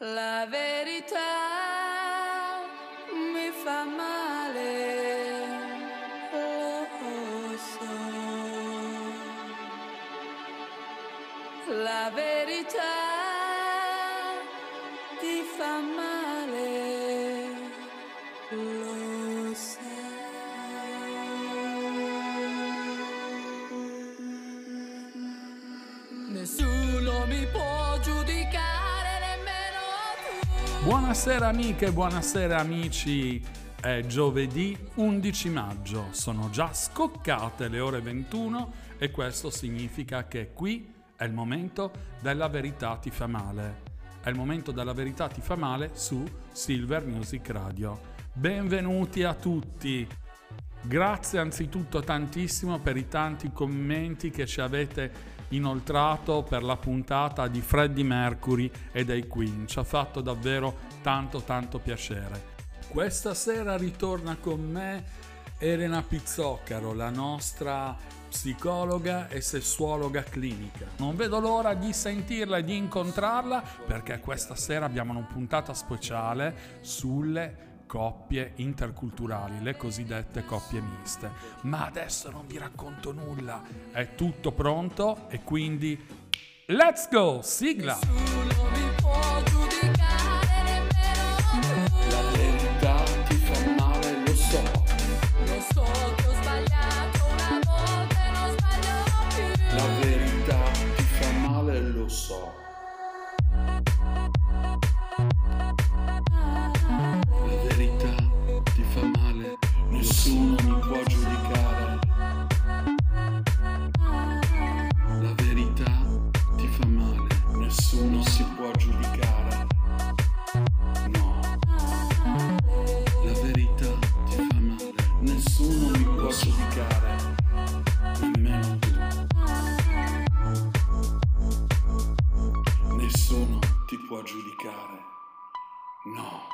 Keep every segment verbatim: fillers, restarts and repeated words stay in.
La verità mi fa male, lo so. La verità ti fa male, lo sai. Nessuno mi può giudicare, nemmeno tu. Buonasera amiche, buonasera amici. È giovedì undici maggio, sono già scoccate le ore ventuno e questo significa che qui è il momento della verità ti fa male. È il momento della verità ti fa male su Silver Music Radio. Benvenuti a tutti. Grazie anzitutto tantissimo per i tanti commenti che ci avete inoltrato per la puntata di Freddie Mercury e dei Queen. Ci ha fatto davvero tanto tanto piacere. Questa sera ritorna con me Elena Pizzoccaro, la nostra psicologa e sessuologa clinica. Non vedo l'ora di sentirla e di incontrarla perché questa sera abbiamo una puntata speciale sulle coppie interculturali, le cosiddette coppie miste. Ma adesso non vi racconto nulla, è tutto pronto e quindi let's go, sigla! Nessuno mi può giudicare, nemmeno tu. La verità ti fa male, lo so. Lo so che ho sbagliato una volta e non sbaglio più. La verità ti fa male, lo so. La verità ti fa male, nessuno mi può giudicare. La verità ti fa male, nessuno si può giudicare. No. La verità ti fa male, nessuno mi può giudicare. Nemmeno tu. Nessuno ti può giudicare. No.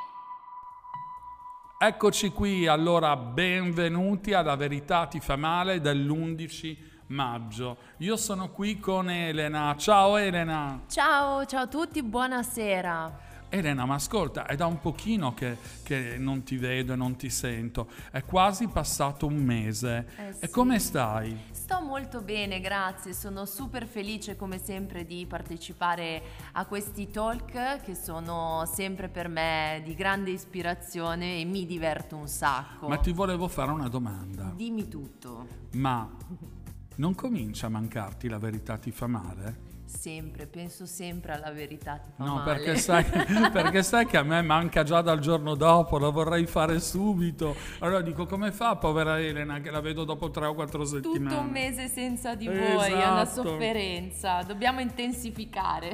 Eccoci qui, allora benvenuti alla Verità ti fa male dell'undici maggio. Io sono qui con Elena. Ciao Elena. Ciao, ciao a tutti, buonasera. Elena, ma ascolta, è da un pochino che, che non ti vedo e non ti sento. È quasi passato un mese. Eh sì. E come stai? Sto molto bene, grazie. Sono super felice come sempre di partecipare a questi talk che sono sempre per me di grande ispirazione e mi diverto un sacco. Ma ti volevo fare una domanda. Dimmi tutto. Ma non comincia a mancarti la verità ti fa male? Sempre, penso sempre alla verità ti fa No, male. perché sai, perché sai che a me manca già dal giorno dopo, la vorrei fare subito. Allora dico, come fa povera Elena che la vedo dopo tre o quattro settimane? Tutto un mese senza di voi, è una Esatto. sofferenza. Dobbiamo intensificare.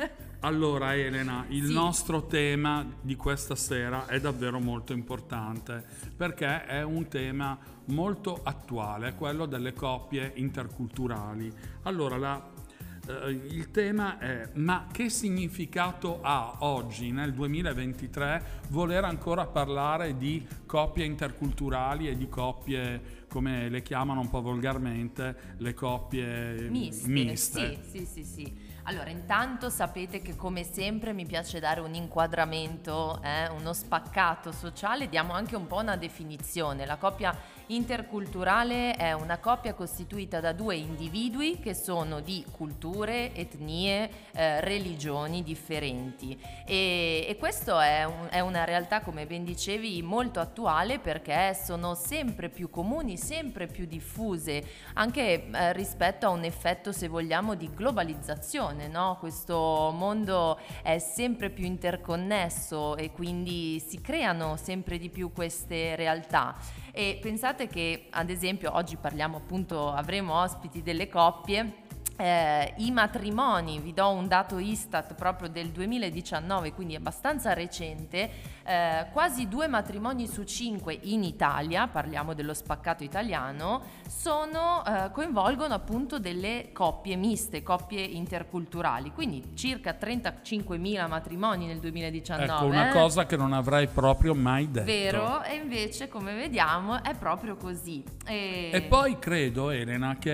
Allora Elena, il Sì. nostro tema di questa sera è davvero molto importante perché è un tema molto attuale, quello delle coppie interculturali. Allora la Uh, il tema è: ma che significato ha oggi nel duemilaventitré voler ancora parlare di coppie interculturali e di coppie, come le chiamano un po' volgarmente, le coppie Miste, miste? Sì, sì, sì, sì. Allora, intanto sapete che come sempre mi piace dare un inquadramento, eh, uno spaccato sociale, diamo anche un po' una definizione. La coppia interculturale è una coppia costituita da due individui che sono di culture, etnie, eh, religioni differenti e, e questo è, un, è una realtà, come ben dicevi, molto attuale perché sono sempre più comuni, sempre più diffuse, anche eh, rispetto a un effetto, se vogliamo, di globalizzazione, no? Questo mondo è sempre più interconnesso e quindi si creano sempre di più queste realtà. E pensate che, ad esempio, oggi parliamo appunto, avremo ospiti delle coppie. Eh, i matrimoni, vi do un dato Istat proprio del duemiladiciannove, quindi abbastanza recente, eh, quasi due matrimoni su cinque in Italia, parliamo dello spaccato italiano, sono, eh, coinvolgono appunto delle coppie miste, coppie interculturali, quindi circa trentacinquemila matrimoni nel duemiladiciannove. Ecco, una eh? cosa che non avrei proprio mai detto. Vero, e invece come vediamo è proprio così. E, e poi credo, Elena, che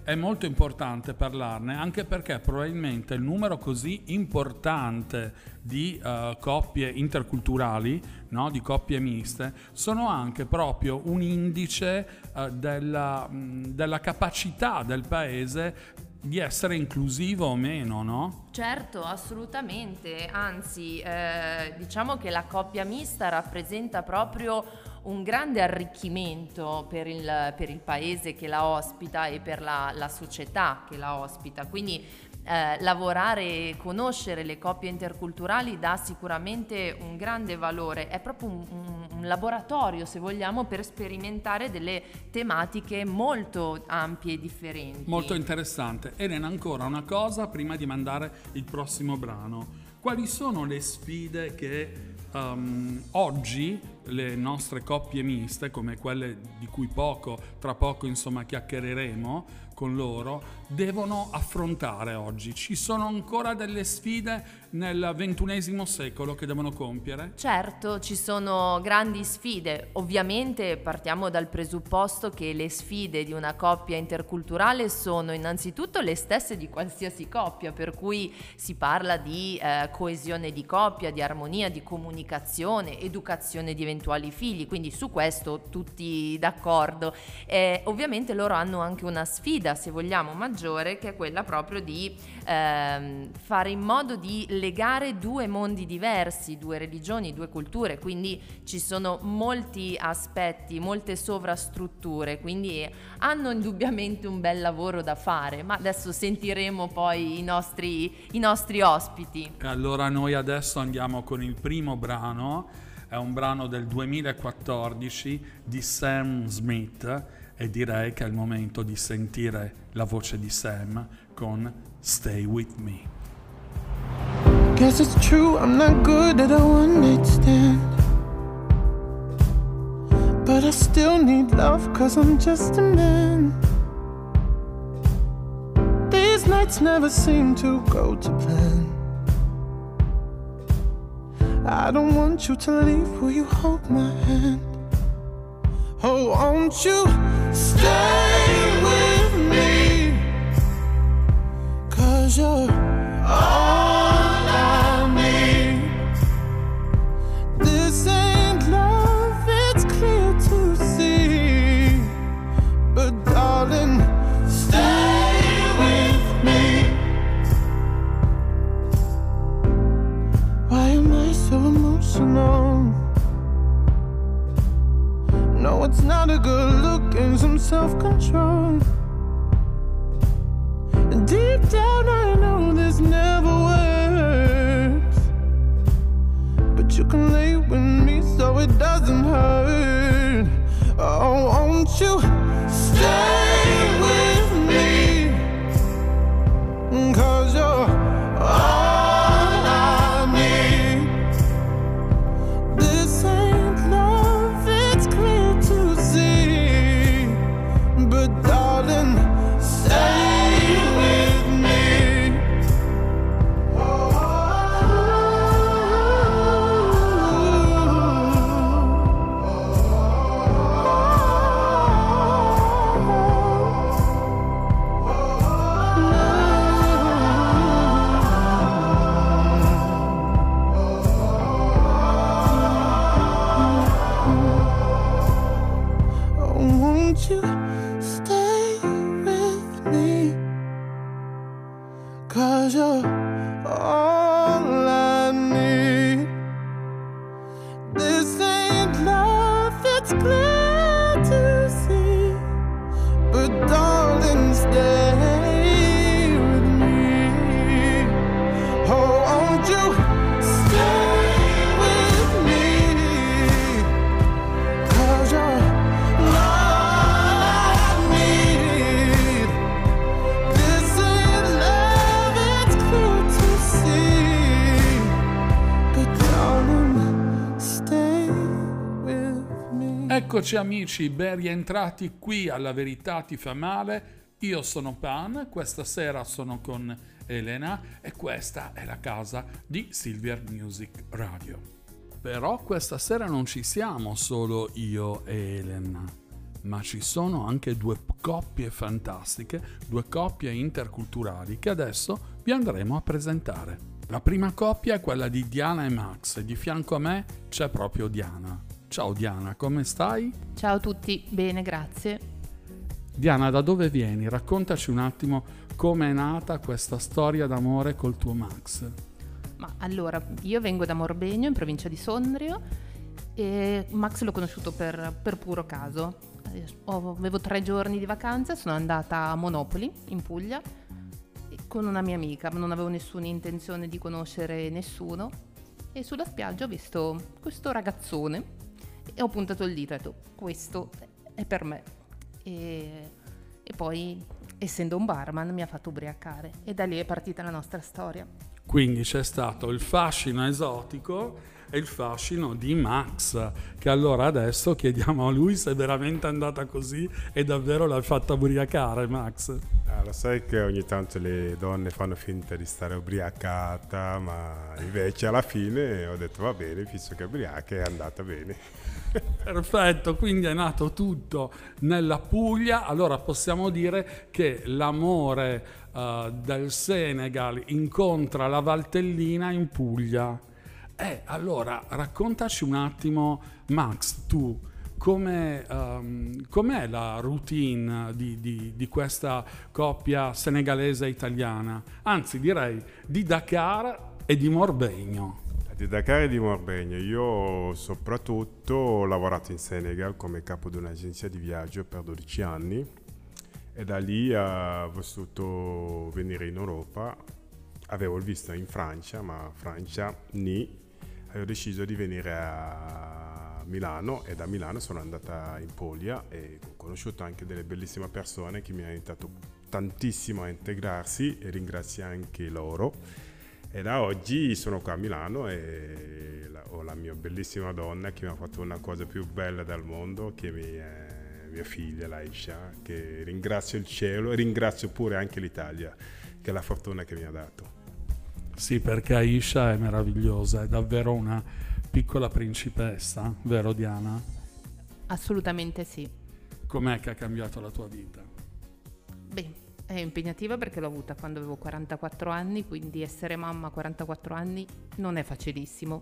è molto importante parlarne, anche perché probabilmente il numero così importante di uh, coppie interculturali, no, di coppie miste, sono anche proprio un indice uh, della, mh, della capacità del paese di essere inclusivo o meno, no? Certo, assolutamente, anzi eh, diciamo che la coppia mista rappresenta proprio un grande arricchimento per il, per il paese che la ospita e per la, la società che la ospita, quindi eh, lavorare e conoscere le coppie interculturali dà sicuramente un grande valore, è proprio un, un, un laboratorio, se vogliamo, per sperimentare delle tematiche molto ampie e differenti. Molto interessante. Elena, ancora una cosa prima di mandare il prossimo brano. Quali sono le sfide che um, oggi le nostre coppie miste, come quelle di cui poco, tra poco insomma chiacchiereremo con loro, devono affrontare oggi? Ci sono ancora delle sfide nel ventunesimo secolo che devono compiere? Certo, ci sono grandi sfide. Ovviamente partiamo dal presupposto che le sfide di una coppia interculturale sono innanzitutto le stesse di qualsiasi coppia, per cui si parla di eh, coesione di coppia, di armonia, di comunicazione, educazione di eventuali figli, quindi su questo tutti d'accordo. Eh, ovviamente loro hanno anche una sfida, se vogliamo, maggiore, che è quella proprio di ehm, fare in modo di legare due mondi diversi, due religioni, due culture, quindi ci sono molti aspetti, molte sovrastrutture, quindi hanno indubbiamente un bel lavoro da fare, ma adesso sentiremo poi i nostri, i nostri ospiti. Allora noi adesso andiamo con il primo brano, è un brano del duemilaquattordici di Sam Smith e direi che è il momento di sentire la voce di Sam con Stay With Me. Guess it's true, I'm not good at a one-night stand, but I still need love cause I'm just a man. These nights never seem to go to plan. I don't want you to leave, will you hold my hand? Oh, won't you stay with me? Cause you're all I need. This ain't love, it's clear to see. But darling, stay with me. Why am I so emotional? No, it's not a good look and some self-control. Deep down I know this never works, but you can lay with me so it doesn't hurt. Oh, won't you stay with me? Cause you're all I need. This ain't love, it's clear to see. But darling, stay. You stay with me, cause you're all I need. This ain't love, it's clear to see. But darling, stay with me. Oh, won't you stay with me? Cause you're Eccoci amici, ben rientrati qui alla Verità ti fa male. Io sono Pan, questa sera sono con Elena e questa è la casa di Silver Music Radio. Però questa sera non ci siamo solo io e Elena, ma ci sono anche due coppie fantastiche, due coppie interculturali che adesso vi andremo a presentare. La prima coppia è quella di Diana e Max e di fianco a me c'è proprio Diana. Ciao Diana, come stai? Ciao a tutti, bene, grazie. Diana, da dove vieni? Raccontaci un attimo come è nata questa storia d'amore col tuo Max. Ma allora, io vengo da Morbegno, in provincia di Sondrio, e Max l'ho conosciuto per, per puro caso. Ho- Avevo tre giorni di vacanza, sono andata a Monopoli, in Puglia, con una mia amica, ma non avevo nessuna intenzione di conoscere nessuno. E sulla spiaggia ho visto questo ragazzone e ho puntato il dito e ho detto, questo è per me. E, e poi, essendo un barman, mi ha fatto ubriacare e da lì è partita la nostra storia. Quindi c'è stato il fascino esotico e il fascino di Max, che allora adesso chiediamo a lui se è veramente andata così e davvero l'ha fatta ubriacare Max. Ah, lo sai che ogni tanto le donne fanno finta di stare ubriacata, ma invece alla fine ho detto va bene, visto che è ubriaca è andata bene. Perfetto, quindi è nato tutto nella Puglia. Allora possiamo dire che l'amore eh, del Senegal incontra la Valtellina in Puglia. E allora raccontaci un attimo, Max, tu come, ehm, com'è la routine di, di- di questa coppia senegalese italiana? Anzi, direi di Dakar e di Morbegno. Di Dakar e di Morbegno, io soprattutto ho lavorato in Senegal come capo di un'agenzia di viaggio per dodici anni e da lì ho voluto venire in Europa. Avevo il visto in Francia, ma Francia ni, e ho deciso di venire a Milano e da Milano sono andata in Puglia e ho conosciuto anche delle bellissime persone che mi hanno aiutato tantissimo a integrarsi e ringrazio anche loro. E da oggi sono qua a Milano e la- ho la mia bellissima donna che mi ha fatto una cosa più bella del mondo, che mi è mia figlia Laisha, che ringrazio il cielo e ringrazio pure anche l'Italia, che è la fortuna che mi ha dato. Sì, perché Aisha è meravigliosa, è davvero una piccola principessa, vero Diana? Assolutamente sì. Com'è che ha cambiato la tua vita? Beh, è impegnativa perché l'ho avuta quando avevo quarantaquattro anni, quindi essere mamma a quarantaquattro anni non è facilissimo.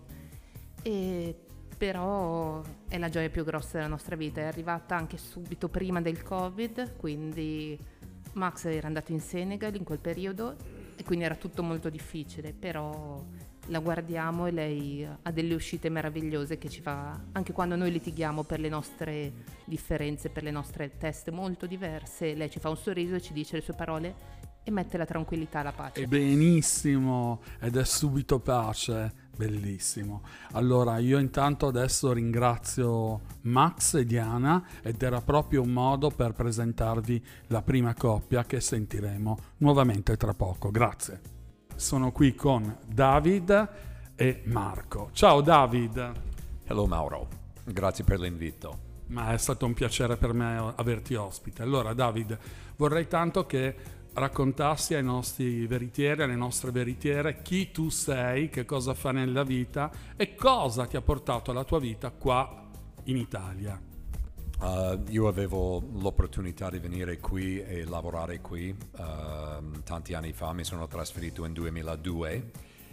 E però è la gioia più grossa della nostra vita, è arrivata anche subito prima del Covid, quindi Max era andato in Senegal in quel periodo e quindi era tutto molto difficile, però la guardiamo e lei ha delle uscite meravigliose che ci fa, anche quando noi litighiamo per le nostre differenze, per le nostre teste molto diverse, lei ci fa un sorriso e ci dice le sue parole e mette la tranquillità, la pace. È benissimo, ed è subito pace, bellissimo. Allora io intanto adesso ringrazio Max e Diana ed era proprio un modo per presentarvi la prima coppia che sentiremo nuovamente tra poco. Grazie. Sono qui con David e Marco. Ciao David. Hello Mauro, grazie per l'invito. Ma è stato un piacere per me averti ospite. Allora David, vorrei tanto che raccontassi ai nostri veritieri, alle nostre veritiere, chi tu sei, che cosa fai nella vita e cosa ti ha portato alla tua vita qua in Italia. Uh, io avevo l'opportunità di venire qui e lavorare qui uh, tanti anni fa, mi sono trasferito nel duemiladue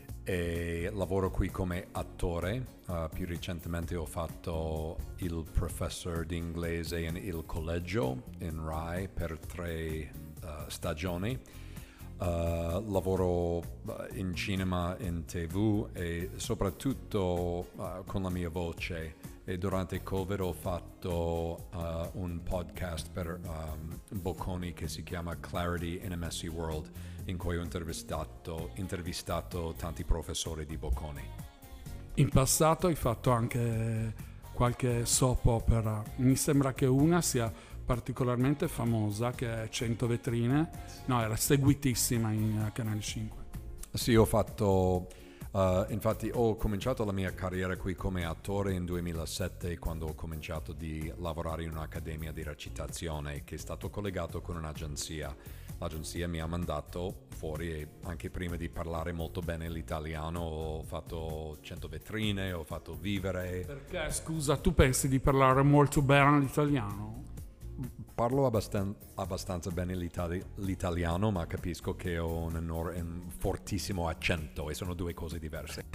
e lavoro qui come attore. Uh, più recentemente ho fatto il professor di inglese in il collegio in Rai per tre uh, stagioni. Uh, lavoro uh, in cinema, in tivù e soprattutto uh, con la mia voce. E durante il Covid ho fatto uh, un podcast per um, Bocconi che si chiama Clarity in a Messy World, in cui ho intervistato, intervistato tanti professori di Bocconi. In passato hai fatto anche qualche soap opera. Mi sembra che una sia particolarmente famosa, che è cento vetrine. No, era seguitissima in uh, Canale cinque. Sì, ho fatto... Uh, infatti ho cominciato la mia carriera qui come attore nel duemilasette, quando ho cominciato di lavorare in un'accademia di recitazione che è stato collegato con un'agenzia. L'agenzia mi ha mandato fuori e anche prima di parlare molto bene l'italiano ho fatto cento vetrine, ho fatto Vivere. Perché, scusa, tu pensi di parlare molto bene l'italiano? parlo abbastan- abbastanza bene l'itali- l'italiano, ma capisco che ho un, enor- un fortissimo accento e sono due cose diverse.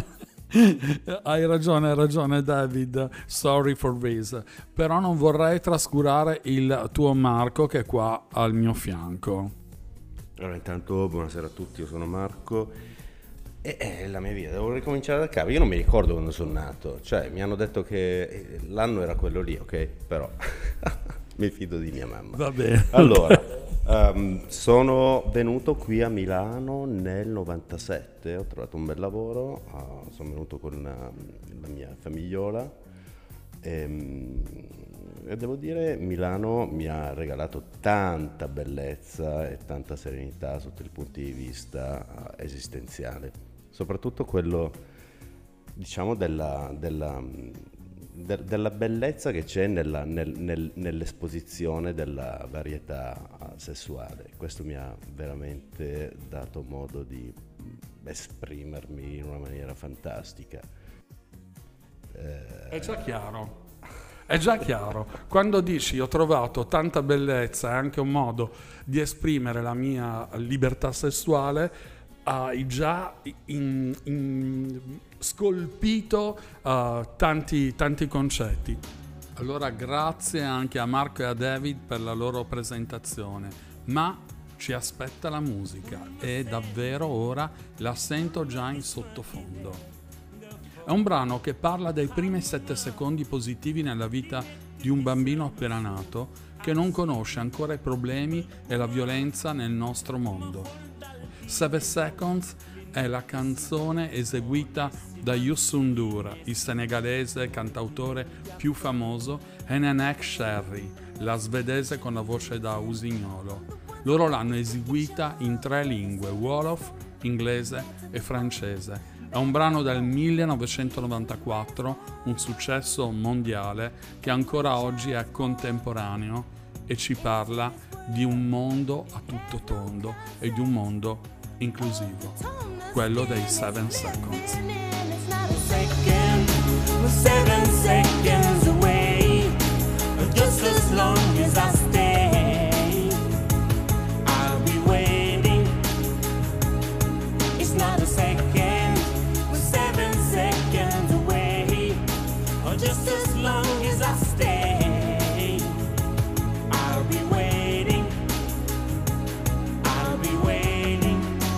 Hai ragione, hai ragione David, sorry for this, però non vorrei trascurare il tuo Marco che è qua al mio fianco. Allora, intanto buonasera a tutti, io sono Marco e è la mia vita, devo ricominciare da capo. Io non mi ricordo quando sono nato, cioè mi hanno detto che l'anno era quello lì, ok? Però mi fido di mia mamma. Va bene. Allora, um, sono venuto qui a Milano nel novantasette, ho trovato un bel lavoro, uh, sono venuto con uh, la mia famigliola e, um, e devo dire Milano mi ha regalato tanta bellezza e tanta serenità sotto il punto di vista uh, esistenziale, soprattutto quello, diciamo, della, della, de, della bellezza che c'è nella, nel, nel, nell'esposizione della varietà sessuale. Questo mi ha veramente dato modo di esprimermi in una maniera fantastica. Eh, È già chiaro. È già chiaro, quando dici ho trovato tanta bellezza e anche un modo di esprimere la mia libertà sessuale, hai già in, in, scolpito uh, tanti, tanti concetti. Allora grazie anche a Marco e a David per la loro presentazione, ma ci aspetta la musica e davvero ora la sento già in sottofondo. È un brano che parla dei primi sette secondi positivi nella vita di un bambino appena nato che non conosce ancora i problemi e la violenza nel nostro mondo. Seven Seconds è la canzone eseguita da Youssou N'Dour, il senegalese cantautore più famoso, e Nenek Sherry, la svedese con la voce da usignolo. Loro l'hanno eseguita in tre lingue, Wolof, inglese e francese. È un brano del millenovecentonovantaquattro, un successo mondiale che ancora oggi è contemporaneo e ci parla di un mondo a tutto tondo e di un mondo inclusivo, quello dei Seven Seconds. Seven seconds away, just as long as I stay, I'll be waiting. It's not a second, we're seven seconds away, just as long as I stay, I'll be waiting, I'll be waiting.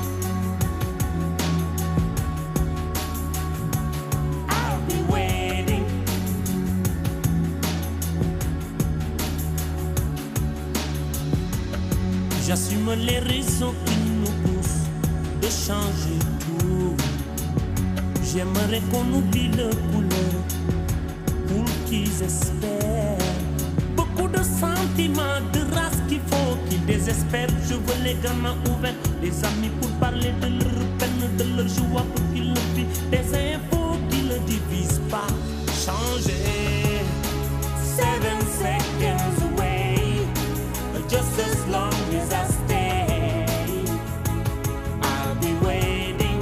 J'assume les raisons qui nous poussent de changer tout. J'aimerais qu'on oublie le couleur pour qu'ils espèrent. Beaucoup de sentiments, de race qu'il faut qu'ils désespèrent. Je veux les gamins ouverts, les amis pour parler de leur peine, de leur joie pour qu'ils le vivent. Des infos qui ne divisent pas. Changer. Seven seconds away, just as long as I stay, I'll be waiting.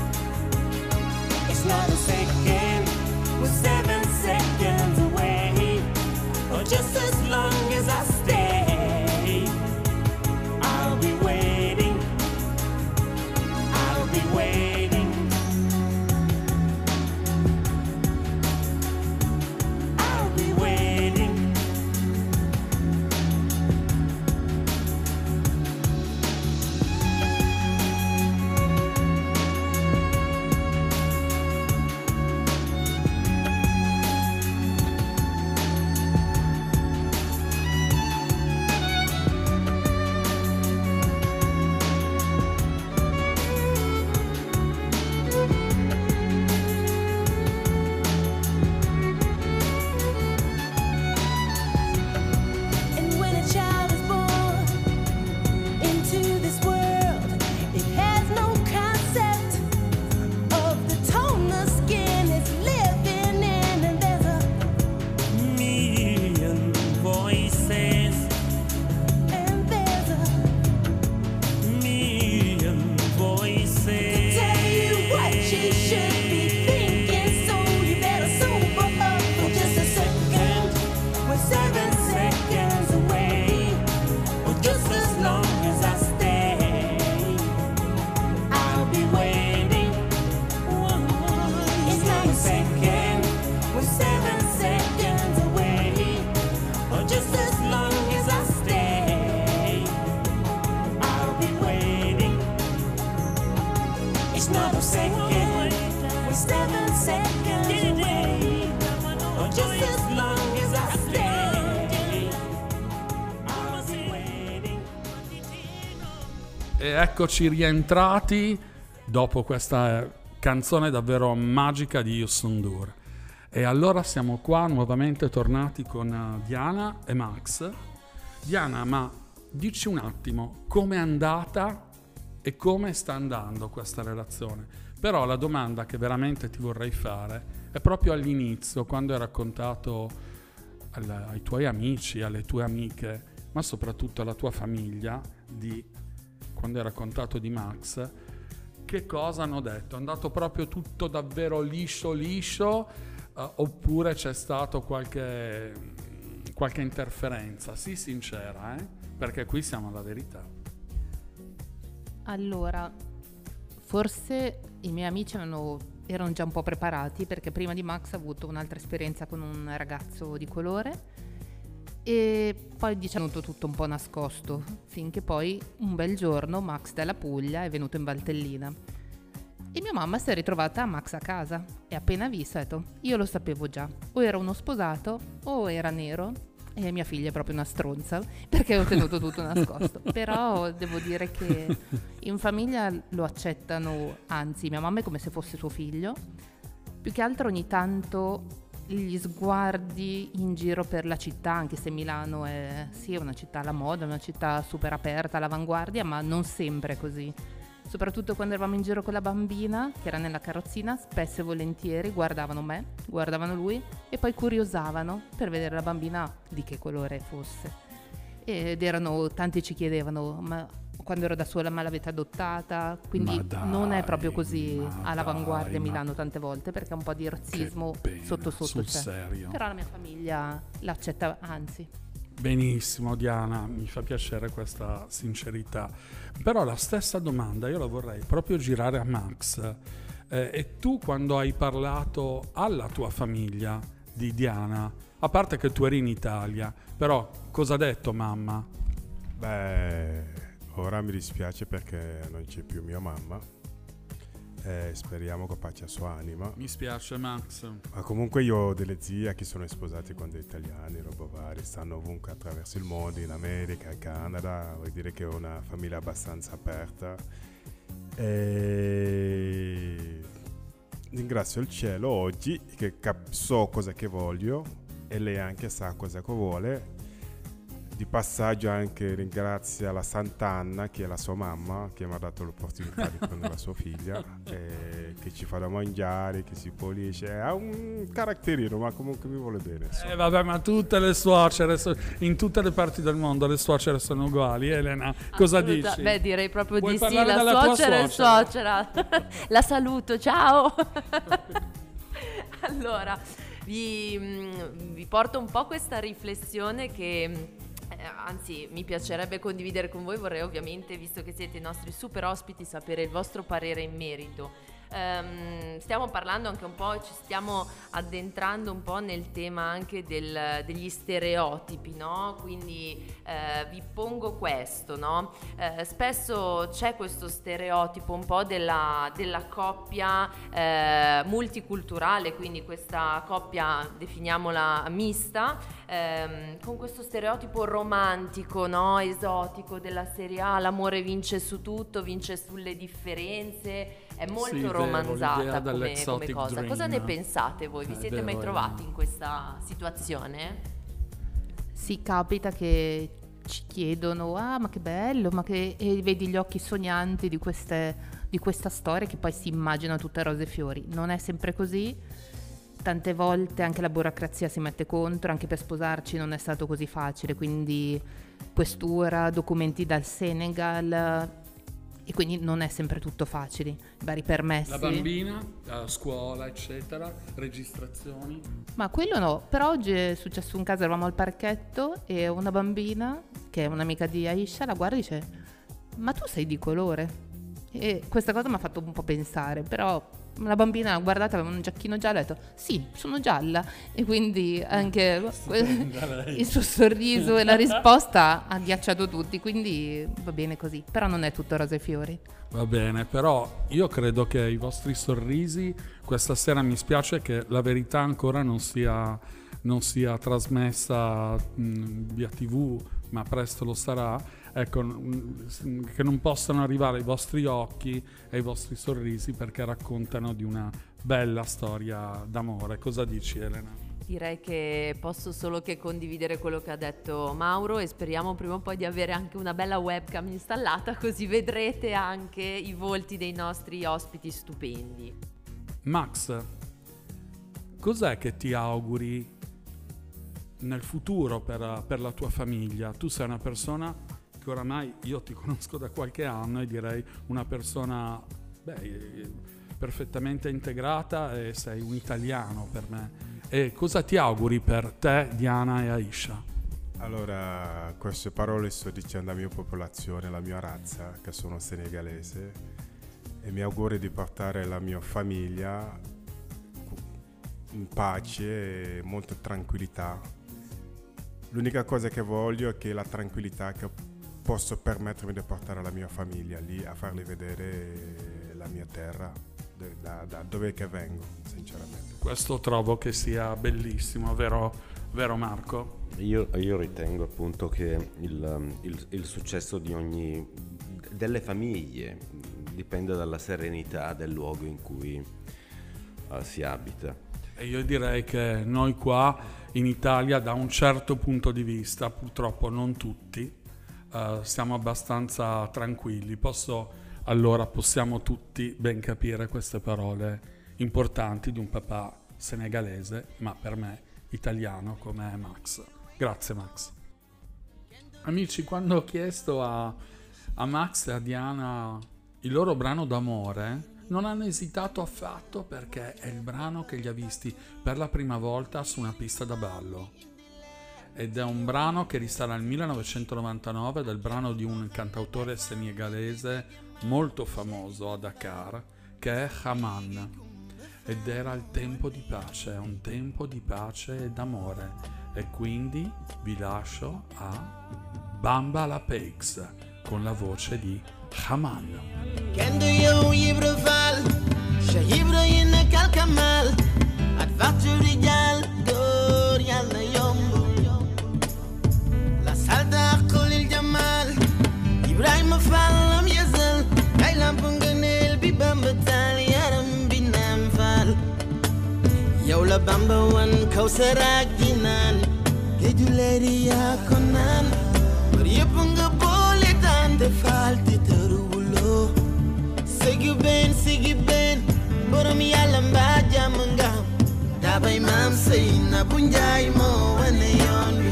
It's not a second, we're seven seconds away, just as long as I stay, I'll be waiting, I'll be waiting. It's not a second, we're seven seconds away. Or just as long as I stay, I was waiting. E eccoci rientrati dopo questa canzone davvero magica di Youssou N'Dour. E allora siamo qua nuovamente tornati con Diana e Max. Diana, ma dici un attimo com'è andata e come sta andando questa relazione. Però la domanda che veramente ti vorrei fare è proprio all'inizio, quando hai raccontato al, ai tuoi amici, alle tue amiche, ma soprattutto alla tua famiglia, di quando hai raccontato di Max, che cosa hanno detto? È andato proprio tutto davvero liscio liscio uh, oppure c'è stato qualche, qualche interferenza? Sii sincera, eh? Perché qui siamo alla verità. Allora, forse i miei amici erano, erano già un po' preparati, perché prima di Max ha avuto un'altra esperienza con un ragazzo di colore e poi è venuto tutto un po' nascosto, finché poi un bel giorno Max dalla Puglia è venuto in Valtellina e mia mamma si è ritrovata a Max a casa e appena visto ha detto: io lo sapevo già, o era uno sposato o era nero. E mia figlia è proprio una stronza perché ho tenuto tutto nascosto. Però devo dire che in famiglia lo accettano, anzi mia mamma è come se fosse suo figlio. Più che altro ogni tanto gli sguardi in giro per la città, anche se Milano è sì è una città alla moda, una città super aperta, all'avanguardia, ma non sempre è così. Soprattutto quando eravamo in giro con la bambina, che era nella carrozzina, spesso e volentieri guardavano me, guardavano lui e poi curiosavano per vedere la bambina di che colore fosse. Ed erano, tanti ci chiedevano, ma quando ero da sola, ma l'avete adottata? Quindi dai, non è proprio così all'avanguardia dai, Milano tante volte, perché un po' di razzismo pena, sotto sotto sul c'è. serio. Però la mia famiglia l'accetta, anzi. Benissimo Diana, mi fa piacere questa sincerità. Però la stessa domanda io la vorrei proprio girare a Max. Eh, e tu quando hai parlato alla tua famiglia di Diana, a parte che tu eri in Italia, però cosa ha detto mamma? Beh, ora mi dispiace perché non c'è più mia mamma. Eh, speriamo che pace a sua anima. Mi spiace Max. Ma comunque io ho delle zie che sono sposate quando italiani, roba varia, stanno ovunque attraverso il mondo, in America, in Canada. Vuol dire che ho una famiglia abbastanza aperta. E ringrazio il cielo oggi che cap- so cosa che voglio e lei anche sa cosa che vuole. Di passaggio anche ringrazio la Sant'Anna, che è la sua mamma, che mi ha dato l'opportunità di prendere la sua figlia, e che ci fa da mangiare, che si pulisce. Ha un caratterino, ma comunque mi vuole bene. Eh vabbè, ma tutte le suocere, in tutte le parti del mondo le suocere sono uguali. Elena, cosa Assoluta. dici? Beh, direi proprio Vuoi di sì, parlare la della tua suocera e suocera? suocera. La saluto, ciao! Allora, vi, mh, vi porto un po' questa riflessione che... Eh, anzi, mi piacerebbe condividere con voi. Vorrei ovviamente, visto che siete i nostri super ospiti, sapere il vostro parere in merito. Um, stiamo parlando anche un po', ci stiamo addentrando un po' nel tema anche del, degli stereotipi, no? Quindi eh, vi pongo questo, no? Eh, spesso c'è questo stereotipo un po' della, della coppia eh, multiculturale, quindi questa coppia, definiamola mista, ehm, con questo stereotipo romantico, no? Esotico della serie A, l'amore vince su tutto, vince sulle differenze. È molto Sì, vero, romanzata l'idea come, come dell'exotic cosa. dream. Cosa ne pensate voi? Vi È siete vero, mai è trovati vero. in questa situazione? Sì, capita che ci chiedono: ah, ma che bello, ma che... e vedi gli occhi sognanti di, queste, di questa storia, che poi si immagina tutte rose e fiori. Non è sempre così. Tante volte anche la burocrazia si mette contro, anche per sposarci non è stato così facile, quindi questura, documenti dal Senegal, e quindi non è sempre tutto facile, vari permessi. La bambina, a scuola, eccetera, registrazioni. Ma quello no, però oggi è successo un caso, eravamo al parchetto e una bambina, che è un'amica di Aisha, la guarda e dice: ma tu sei di colore? E E questa cosa mi ha fatto un po' pensare, però la bambina l'ha guardata, aveva un giacchino giallo e ha detto sì, sono gialla, e quindi anche il suo sorriso e la risposta ha ghiacciato tutti, quindi va bene così, però non è tutto rose e fiori. Va bene, però io credo che i vostri sorrisi questa sera, mi spiace che la verità ancora non sia, non sia trasmessa mh, via tivù, ma presto lo sarà, ecco, mh, che non possano arrivare ai vostri occhi e ai vostri sorrisi perché raccontano di una bella storia d'amore. Cosa dici, Elena? Direi che posso solo che condividere quello che ha detto Mauro, e speriamo prima o poi di avere anche una bella webcam installata, così vedrete anche i volti dei nostri ospiti stupendi. Max, cos'è che ti auguri nel futuro per, per la tua famiglia? Tu sei una persona che oramai io ti conosco da qualche anno e direi una persona beh, perfettamente integrata, e sei un italiano per me. E cosa ti auguri per te, Diana e Aisha? Allora, queste parole sto dicendo alla mia popolazione, alla mia razza, che sono senegalese, e mi auguro di portare la mia famiglia in pace e molta tranquillità. L'unica cosa che voglio è che la tranquillità che posso permettermi di portare la mia famiglia lì, a farli vedere la mia terra, da, da dove che vengo, sinceramente. Questo trovo che sia bellissimo, vero, vero Marco? Io, io ritengo appunto che il, il, il successo di ogni delle famiglie dipende dalla serenità del luogo in cui uh, si abita. E io direi che noi qua in Italia, da un certo punto di vista, purtroppo non tutti, uh, siamo abbastanza tranquilli. Posso, allora possiamo tutti ben capire queste parole importanti di un papà senegalese, ma per me italiano come Max. Grazie Max. Amici, quando ho chiesto a, a Max e a Diana il loro brano d'amore, non hanno esitato affatto, perché è il brano che li ha visti per la prima volta su una pista da ballo. Ed è un brano che risale al millenovecentonovantanove, del brano di un cantautore senegalese molto famoso a Dakar, che è Haman. Ed era il tempo di pace, un tempo di pace e d'amore. E quindi vi lascio a Bamba la Peix con la voce di Haman. Kendo yow Ibra Fall, Cheikh Ibra yéen kal kamal, at factu rijal door yàlla yomb. La salda xolil jamal, Ibrahima Fall am yësal, ay lamp ngëneel bi Bamba taal yaram bi naam Fall. Yow la Bamba wan Kawsar ak Jinaan, géeju leeri yaa ko naan, bër yëpp nga boole daan te Fall ti tëruwuloo. Sigi ben, sigi ben, borom yàlla mbaa jàmm nga am, daabay maam sey na bu njaay moo wane yoon wi.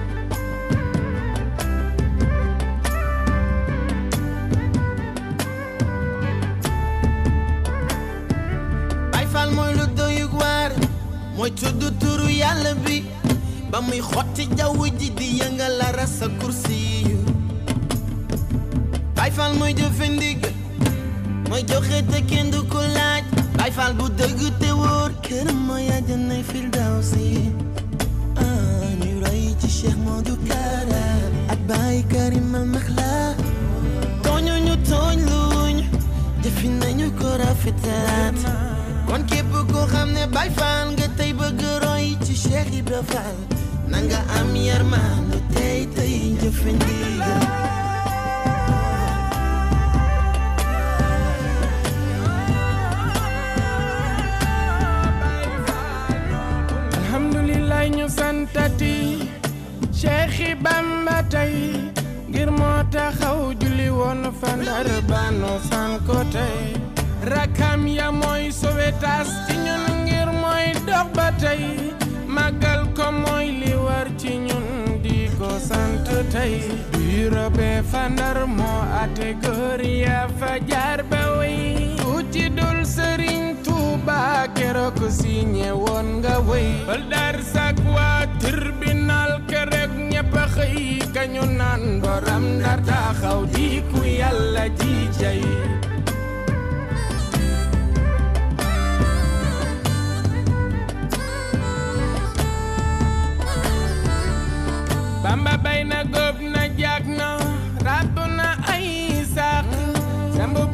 Baay Faal mooy lu doyug waar, mooy tudd turu yàlla bi, ba muy xotti jaww ji di yëngal la rasa kursi yu. Baay Faal mooy jëfe ndigal, mooy joxe te kenn du ko laaj. Baay Faal bu dëgg te wóor, këram mooy àjjanay firdawsi. ah ñu roy ci Cheikh Modou Kara ak Baay Karim al Makhla. tooñu ñu tooñ luñ, jëfi nañu ko rafetalaat. kon képp koo xam ne Baay Faal nga tey bëgg roy ci Cheikh Ibra Fall, na nga am yërmande tey tey jëfe ndigal. alhamdulilah ñu santati Cheikh Bamba tey, ngir moo taxaw julli woon fa Ndar bano san ko tey. rakam ya mooy Sowétas ci ñun, ngir mooy dox ba tey. màggal ko mooy li war ci ñun, di ko sant tey. bureau be fa Ndar moo ate góor ya fa jaar ba wey. ku ci dul Sëriñ Tuuba keroog signé woon nga wey. bal dar sak waa tribunal keroog ñëpp a xëy kañu naan boram Ndar taxaw di ku Yàlla ji jay.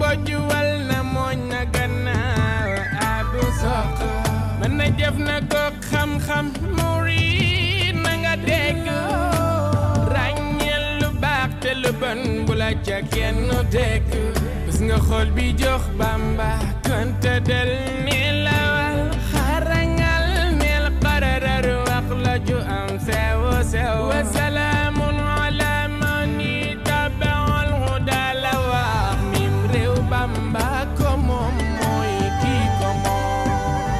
juwal na mooñ na gannaaw adu soq mën na jëf na ko xam-xam murid na nga dégg ràññeel lu baax te lu bon bu la ca kenn dégg bis nga xool bi jox Bamba konte del ni lawal xarangal neel qararar wax la ju am sew sew wa salaamun ala man ittabaal huda la wax mim réew Bamba ko moom mooy kii ko moom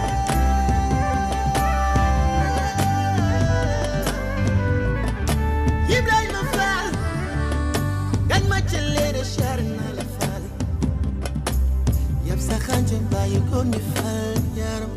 Ibrahima Fall gañ ma ca leere char na la Fall yab sa xanje bàyyi ko ñu Fall yaram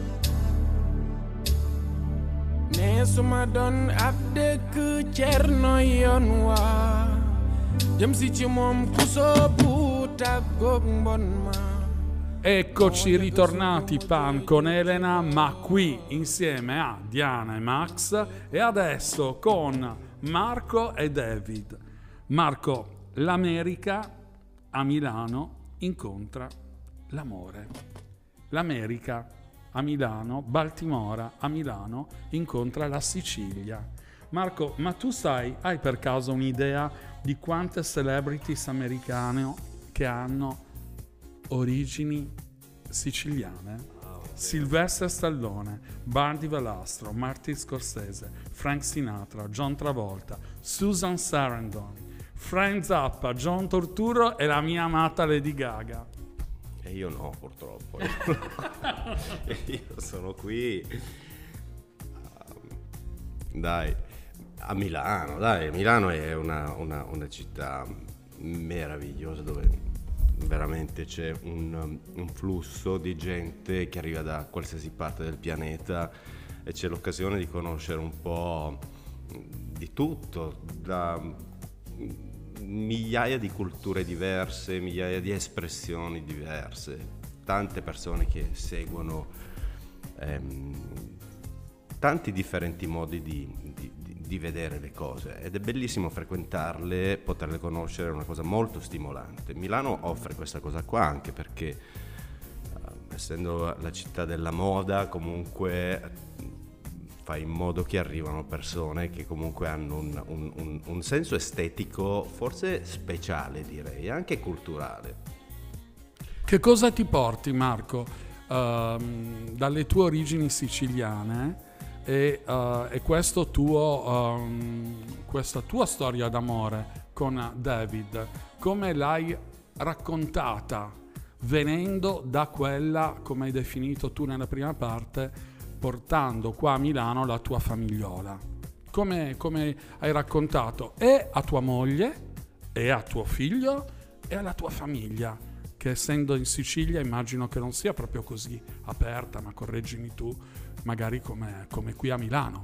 ne suma doon ab dëkk Cerno yoon waa jëm si ci moom ku soobu tàggoog mbon ma. Eccoci ritornati Pan con Elena, ma qui insieme a Diana e Max e adesso con Marco e David. Marco, l'America a Milano incontra l'amore. L'America a Milano, Baltimora a Milano incontra la Sicilia. Marco, ma tu sai, hai per caso un'idea di quante celebrities americane che hanno origini siciliane? Sylvester Stallone, Barney Valastro, Martin Scorsese, Frank Sinatra, John Travolta, Susan Sarandon, Frank Zappa, John Turturro e la mia amata Lady Gaga. E io no, purtroppo. Io sono qui. Dai, a Milano, dai, Milano è una, una, una città meravigliosa dove veramente c'è un, un flusso di gente che arriva da qualsiasi parte del pianeta e c'è l'occasione di conoscere un po' di tutto, da migliaia di culture diverse, migliaia di espressioni diverse, tante persone che seguono ehm, tanti differenti modi di, di, di vedere le cose ed è bellissimo frequentarle, poterle conoscere, è una cosa molto stimolante. Milano offre questa cosa qua anche perché eh, essendo la città della moda comunque fa in modo che arrivano persone che comunque hanno un, un, un, un senso estetico forse speciale, direi, anche culturale. Che cosa ti porti, Marco, uh, dalle tue origini siciliane e, uh, e questo tuo, um, questa tua storia d'amore con David, come l'hai raccontata venendo da quella, come hai definito tu nella prima parte, portando qua a Milano la tua famigliola? Come, come hai raccontato e a tua moglie e a tuo figlio e alla tua famiglia, che essendo in Sicilia immagino che non sia proprio così aperta, ma correggimi tu, magari come, come qui a Milano.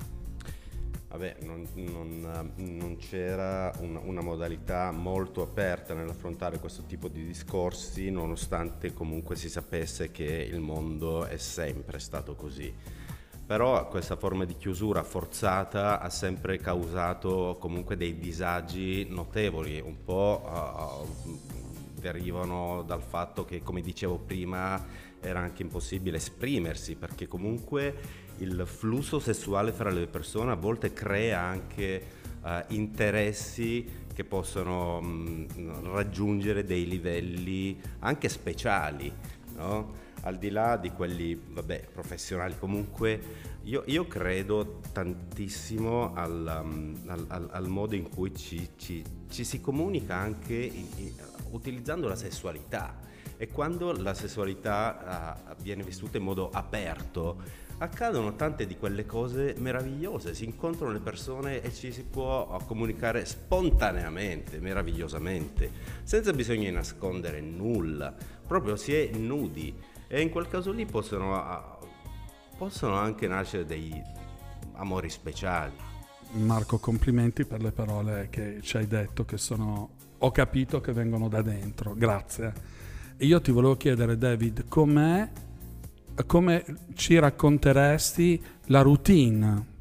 Vabbè, non, non, non c'era una, una modalità molto aperta nell'affrontare questo tipo di discorsi, nonostante comunque si sapesse che il mondo è sempre stato così. Però questa forma di chiusura forzata ha sempre causato comunque dei disagi notevoli, un po' uh, derivano dal fatto che, come dicevo prima, era anche impossibile esprimersi, perché comunque il flusso sessuale fra le persone a volte crea anche uh, interessi che possono mh, raggiungere dei livelli anche speciali, no? Al di là di quelli, vabbè, professionali. Comunque io, io credo tantissimo al, um, al, al, al modo in cui ci, ci, ci si comunica anche in, in, utilizzando la sessualità, e quando la sessualità uh, viene vissuta in modo aperto accadono tante di quelle cose meravigliose, si incontrano le persone e ci si può comunicare spontaneamente, meravigliosamente, senza bisogno di nascondere nulla, proprio si è nudi. E in quel caso lì possono, possono anche nascere dei amori speciali. Marco, complimenti per le parole che ci hai detto, che sono, ho capito che vengono da dentro, grazie. E io ti volevo chiedere, David, com'è, come ci racconteresti la routine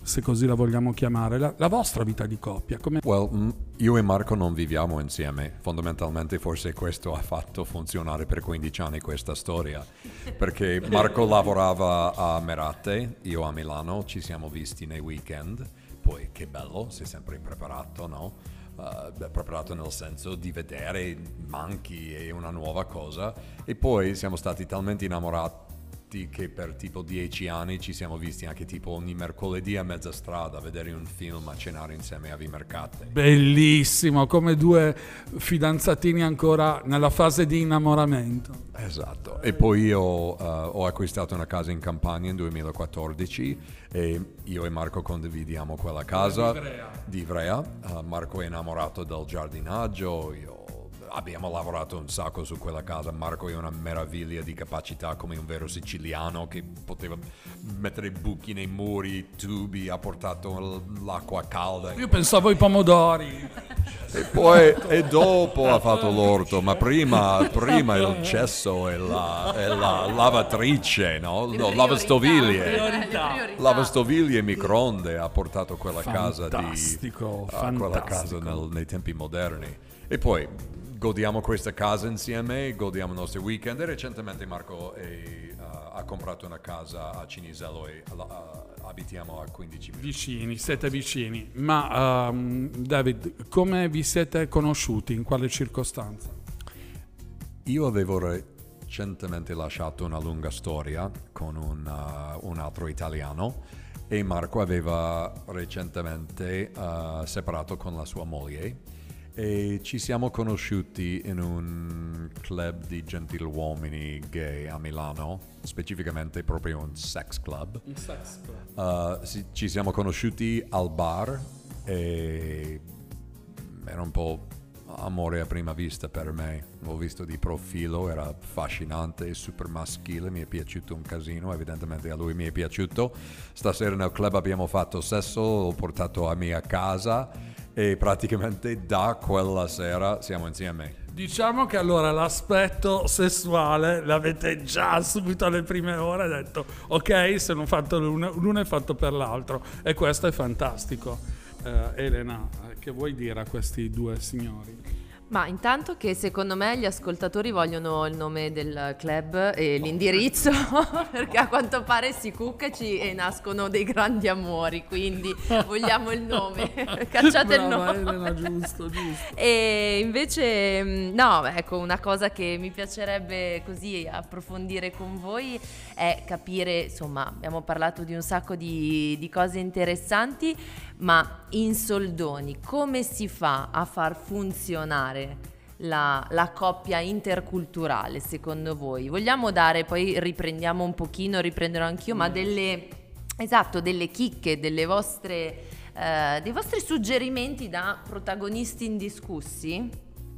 se così la vogliamo chiamare, la, la vostra vita di coppia. Come... Well, mm, io e Marco non viviamo insieme, fondamentalmente forse questo ha fatto funzionare per quindici anni questa storia, perché Marco lavorava a Merate, io a Milano, ci siamo visti nei weekend, poi che bello, sei sempre preparato, no? Uh, beh, preparato nel senso di vedere manchi e una nuova cosa, e poi siamo stati talmente innamorati che per tipo dieci anni ci siamo visti anche tipo ogni mercoledì a mezza strada a vedere un film, a cenare insieme a Vimercate. Bellissimo, come due fidanzatini ancora nella fase di innamoramento. Esatto, e poi io uh, ho acquistato una casa in Campania in duemilaquattordici e io e Marco condividiamo quella casa di Ivrea. Di Ivrea. Uh, Marco è innamorato del giardinaggio, io abbiamo lavorato un sacco su quella casa. Marco è una meraviglia di capacità come un vero siciliano che poteva mettere buchi nei muri, tubi, ha portato l'acqua calda. Io pensavo ai pomodori. E poi e dopo ha fatto l'orto, ma prima, prima il cesso e la, e la lavatrice, no? No, lavastoviglie. Lavastoviglie e microonde ha portato quella casa di fantastico, uh, fantastico. quella casa nel, nei tempi moderni. E poi godiamo questa casa insieme, godiamo i nostri weekend, e recentemente Marco è, uh, ha comprato una casa a Cinisello e uh, abitiamo a quindici minuti. Vicini, siete vicini. Ma um, David, come vi siete conosciuti? In quale circostanza? Io avevo recentemente lasciato una lunga storia con un, uh, un altro italiano e Marco aveva recentemente uh, separato con la sua moglie. E ci siamo conosciuti in un club di gentiluomini gay a Milano, specificamente proprio un sex club. Un sex club. Uh, si, ci siamo conosciuti al bar e era un po' amore a prima vista per me. L'ho visto di profilo, era affascinante, super maschile, mi è piaciuto un casino, evidentemente a lui mi è piaciuto. Stasera nel club abbiamo fatto sesso, l'ho portato a mia casa e praticamente da quella sera siamo insieme. Diciamo che allora l'aspetto sessuale l'avete già subito alle prime ore detto ok, se non fatto l'uno, l'uno è fatto per l'altro, e questo è fantastico. eh, Elena, che vuoi dire a questi due signori? Ma intanto che secondo me gli ascoltatori vogliono il nome del club e l'indirizzo perché a quanto pare si cuccaci e nascono dei grandi amori, quindi vogliamo il nome, cacciate Brava, il nome. Elena, giusto, giusto. E invece no, ecco, una cosa che mi piacerebbe così approfondire con voi è capire, insomma, abbiamo parlato di un sacco di, di cose interessanti, ma in soldoni come si fa a far funzionare La, la coppia interculturale secondo voi? Vogliamo dare, poi riprendiamo un pochino, riprenderò anch'io, ma delle, esatto, delle chicche, delle vostre, eh, dei vostri suggerimenti da protagonisti indiscussi?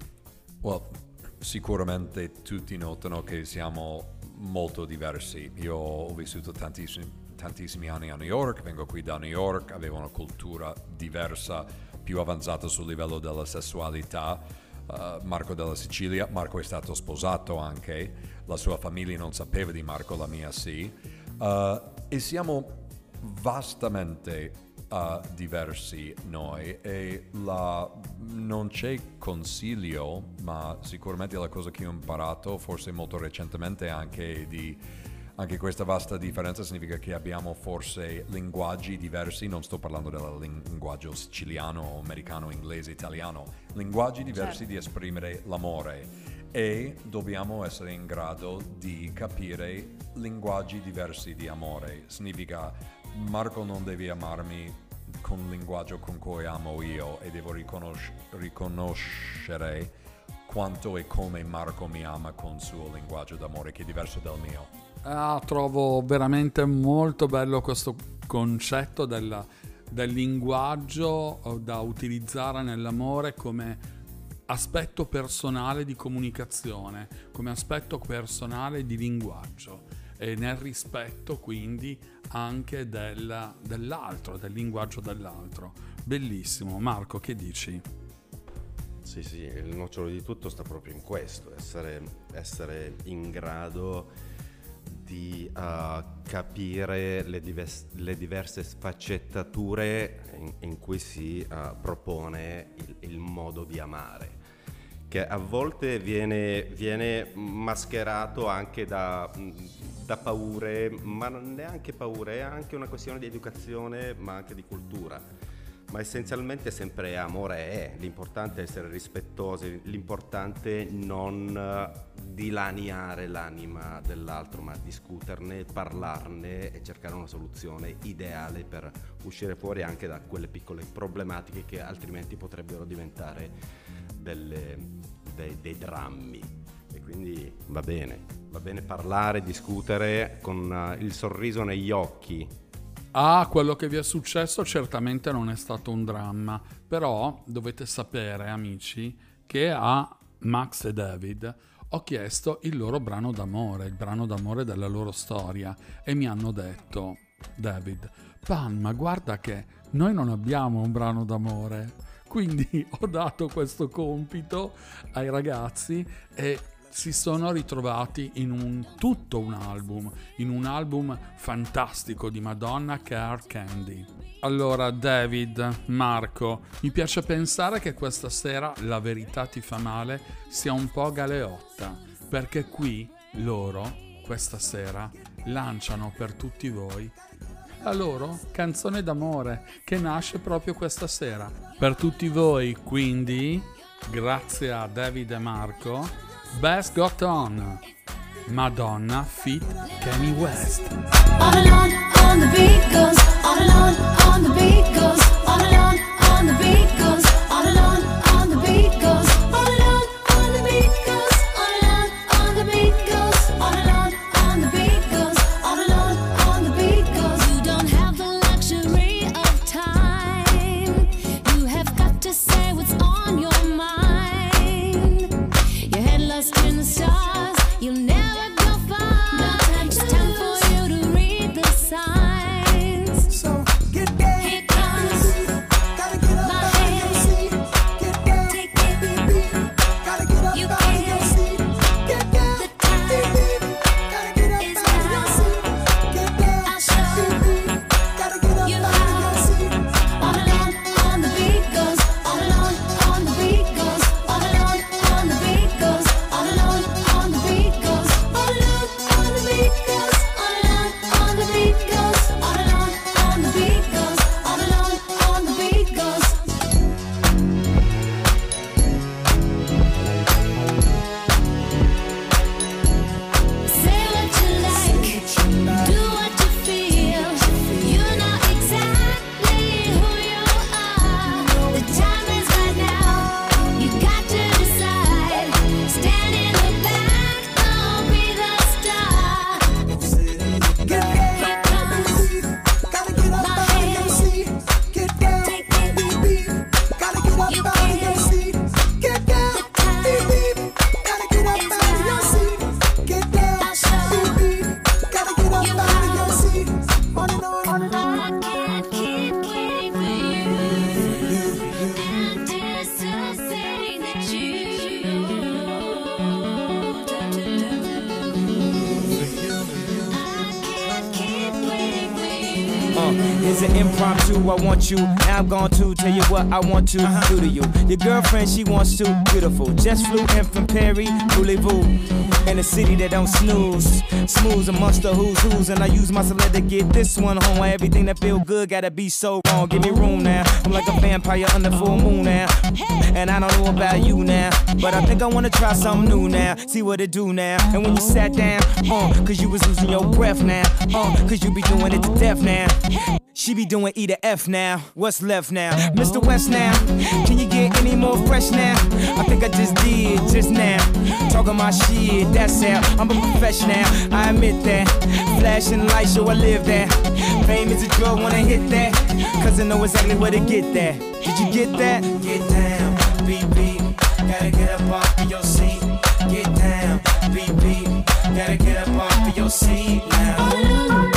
Well, sicuramente tutti notano che siamo molto diversi. Io ho vissuto tantissimi, tantissimi anni a New York, vengo qui da New York, avevo una cultura diversa, più avanzata sul livello della sessualità. Uh, Marco della Sicilia, Marco è stato sposato anche, la sua famiglia non sapeva di Marco, la mia sì, uh, e siamo vastamente uh, diversi noi, e la, non c'è consiglio, ma sicuramente la cosa che ho imparato, forse molto recentemente, anche di Anche questa vasta differenza significa che abbiamo forse linguaggi diversi, non sto parlando del linguaggio siciliano, americano, inglese, italiano, linguaggi diversi certo. di esprimere l'amore, e dobbiamo essere in grado di capire linguaggi diversi di amore. Significa Marco non deve amarmi con il linguaggio con cui amo io, e devo riconosc- riconoscere quanto e come Marco mi ama con il suo linguaggio d'amore, che è diverso dal mio. Ah, trovo veramente molto bello questo concetto della, del linguaggio da utilizzare nell'amore come aspetto personale di comunicazione, come aspetto personale di linguaggio, e nel rispetto quindi anche del, dell'altro, del linguaggio dell'altro. Bellissimo. Marco, che dici? Sì, sì, il nocciolo di tutto sta proprio in questo, essere, essere in grado di uh, capire le, divers- le diverse sfaccettature in, in cui si uh, propone il, il modo di amare, che a volte viene, viene mascherato anche da, da paure, ma non è anche paure, è anche una questione di educazione, ma anche di cultura. Ma essenzialmente sempre amore è, l'importante è essere rispettosi, l'importante non dilaniare l'anima dell'altro, ma discuterne, parlarne e cercare una soluzione ideale per uscire fuori anche da quelle piccole problematiche che altrimenti potrebbero diventare delle, dei, dei drammi. E quindi va bene, va bene parlare, discutere con uh, il sorriso negli occhi. Ah, quello che vi è successo certamente non è stato un dramma, però dovete sapere, amici, che a Max e David ho chiesto il loro brano d'amore, il brano d'amore della loro storia, e mi hanno detto: David, Pan, ma guarda che noi non abbiamo un brano d'amore. Quindi ho dato questo compito ai ragazzi e si sono ritrovati in un tutto un album, in un album fantastico di Madonna, Care Candy. Allora, David, Marco, mi piace pensare che questa sera La verità ti fa male sia un po' galeotta, perché qui loro, questa sera, lanciano per tutti voi la loro canzone d'amore che nasce proprio questa sera. Per tutti voi, quindi, grazie a David e Marco, Best Got On, Madonna feat. Kanye West. All alone on the beat goes, all alone on the beat goes, all alone on the beat goes, all alone on the beat goes, all alone on the beat goes, all alone on the beat goes, all alone on the beat goes, all alone on the beat goes. You don't have the luxury of time. You have got to say what's on your mind. Your head lost in the stars. You'll never go far. It's time for you to read the signs. So get down. Here comes gotta get up my out of your seat. Get down. Take it, baby. Gotta get up you out of your seat. Get down. The time baby. Gotta get up out of your seat. Get down. I'll show baby. Gotta get up you out of your seat. All alone on the beat goes. All alone on the beat goes. All alone on the beat goes. All alone on the beat goes. All alone on the beat goes. All alone on the beat goes. All alone on the beat goes. All alone on the beat goes. Say what you like, do what you feel. You know exactly who you are. The time is right now. You got to decide. Stand in the back, don't be the star. Here comes Gotta get up my out of your head. seat. Get down, Take it, baby. Gotta get up You out of your can. seat. Get down, The time baby. Gotta get up is out of your now. seat. Get down, I'll show baby. Gotta get up you out of your how. seat. On and on, on and on. I can't keep waiting for you. Anticipating that you. I can't keep waiting for you. Uh, it's an impromptu, I want you. Now I'm going to tell you what I want to do to you. Your girlfriend, she wants to, beautiful. Just flew in from Perry, voulez-vous. In a city that don't snooze. Smooth amongst the who's who's. And I use my celeb to get this one home. Why everything that feel good gotta be so wrong. Give me room now. I'm like a vampire under full moon now. And I don't know about you now, but I think I wanna try something new now. See what it do now. And when you sat down, uh, cause you was losing your breath now. Uh, cause you be doing it to death now. She be doing E to F now. What's left now? Mister West now. Can you get any more fresh now? I think I just did just now. Talking my shit, that's how I'm a professional. I admit that. Flashing lights, show I live that. Fame is a drug, wanna hit that. Cause I know exactly where to get that. Did you get that? Get down, beep beep. Gotta get up off of your seat. Get down, beep beep. Gotta get up off of your seat now. All alone,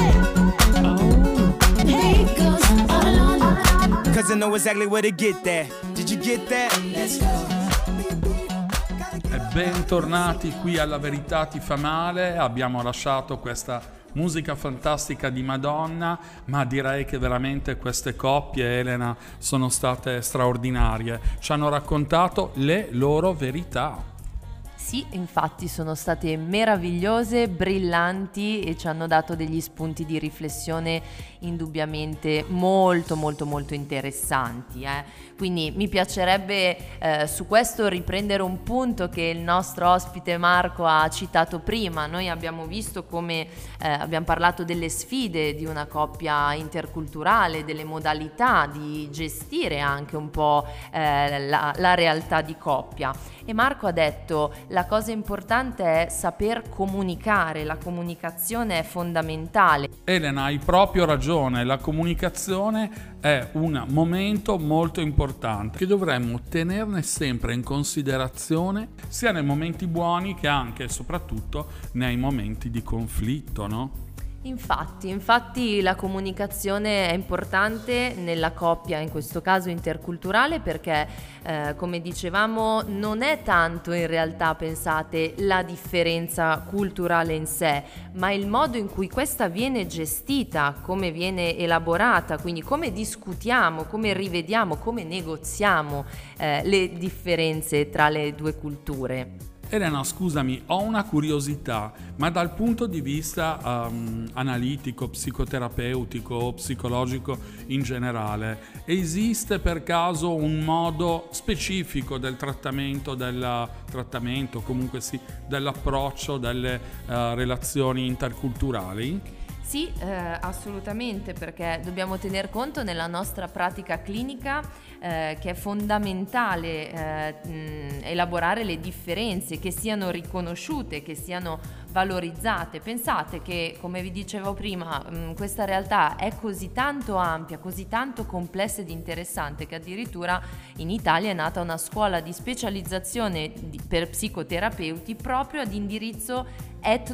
the beat goes. All alone. Cause I know exactly where to get that. Did you get that? Let's go. E Bentornati qui alla Verità ti fa male. Abbiamo lasciato questa musica fantastica di Madonna, ma direi che veramente queste coppie, Elena, sono state straordinarie. Ci hanno raccontato le loro verità. Sì, infatti sono state meravigliose, brillanti e ci hanno dato degli spunti di riflessione indubbiamente molto molto molto interessanti. Eh. Quindi mi piacerebbe eh, su questo riprendere un punto che il nostro ospite Marco ha citato prima. Noi abbiamo visto come eh, abbiamo parlato delle sfide di una coppia interculturale, delle modalità di gestire anche un po' eh, la, la realtà di coppia. E Marco ha detto: la cosa importante è saper comunicare, la comunicazione è fondamentale. Elena, hai proprio ragione, la comunicazione è un momento molto importante che dovremmo tenerne sempre in considerazione sia nei momenti buoni che anche e soprattutto nei momenti di conflitto, no? Infatti, infatti la comunicazione è importante nella coppia, in questo caso interculturale, perché eh, come dicevamo non è tanto in realtà, pensate, la differenza culturale in sé, ma il modo in cui questa viene gestita, come viene elaborata, quindi come discutiamo, come rivediamo, come negoziamo eh, le differenze tra le due culture. Elena, scusami, ho una curiosità, ma dal punto di vista um, analitico, psicoterapeutico, psicologico in generale, esiste per caso un modo specifico del trattamento, del trattamento, comunque sì, dell'approccio delle uh, relazioni interculturali? Sì, eh, assolutamente, perché dobbiamo tener conto nella nostra pratica clinica eh, che è fondamentale eh, mh, elaborare le differenze, che siano riconosciute, che siano valorizzate. Pensate che, come vi dicevo prima, mh, questa realtà è così tanto ampia, così tanto complessa ed interessante che addirittura in Italia è nata una scuola di specializzazione di, per psicoterapeuti proprio ad indirizzo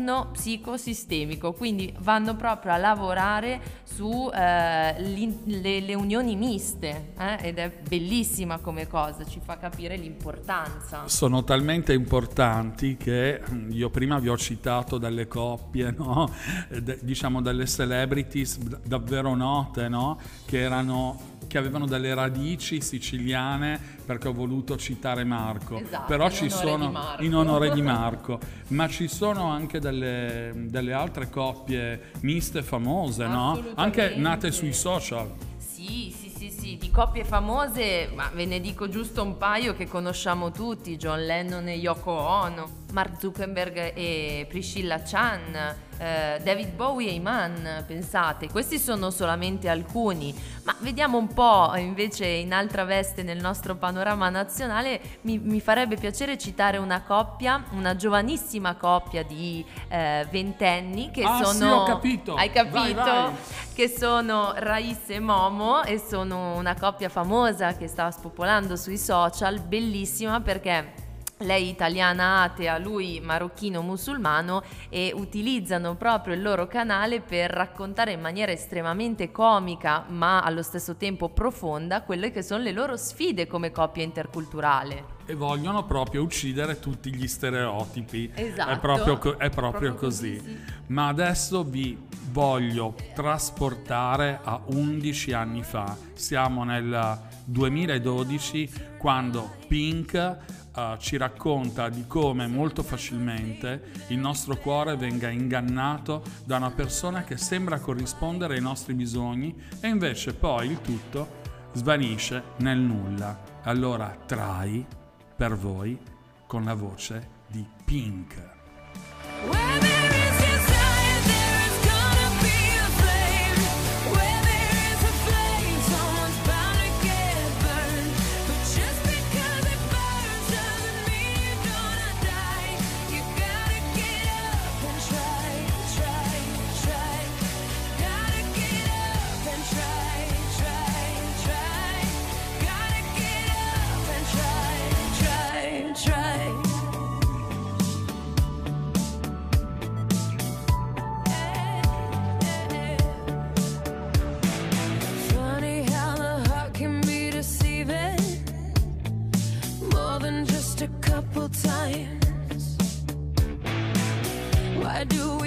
etno-psicosistemico, quindi vanno proprio a lavorare su eh, le, le unioni miste eh? Ed è bellissima come cosa, ci fa capire l'importanza. Sono talmente importanti che io prima vi ho citato delle coppie, no? De, diciamo delle celebrities davvero note, no? Che erano che avevano delle radici siciliane, perché ho voluto citare Marco. Esatto, però in ci onore sono di Marco. in onore di Marco, ma ci sono anche delle, delle altre coppie miste famose, no? Anche nate sui social. Sì, sì, sì, sì, di coppie famose, ma ve ne dico giusto un paio che conosciamo tutti: John Lennon e Yoko Ono, Mark Zuckerberg e Priscilla Chan, eh, David Bowie e Iman. Pensate, questi sono solamente alcuni, ma vediamo un po' invece in altra veste nel nostro panorama nazionale. Mi, mi farebbe piacere citare una coppia, una giovanissima coppia di eh, ventenni che ah, sono... sì, ho capito. Hai capito? Vai, vai. Che sono Rais e Momo, e sono una coppia famosa che sta spopolando sui social, bellissima perché lei italiana atea, lui marocchino musulmano, e utilizzano proprio il loro canale per raccontare in maniera estremamente comica ma allo stesso tempo profonda quelle che sono le loro sfide come coppia interculturale. E vogliono proprio uccidere tutti gli stereotipi. Esatto. È proprio, co- è proprio, Proprio così. così, sì. Ma adesso vi voglio trasportare a undici anni fa. Siamo nel duemiladodici, quando Pink Uh, ci racconta di come molto facilmente il nostro cuore venga ingannato da una persona che sembra corrispondere ai nostri bisogni e invece poi il tutto svanisce nel nulla. Allora Try per voi con la voce di Pink.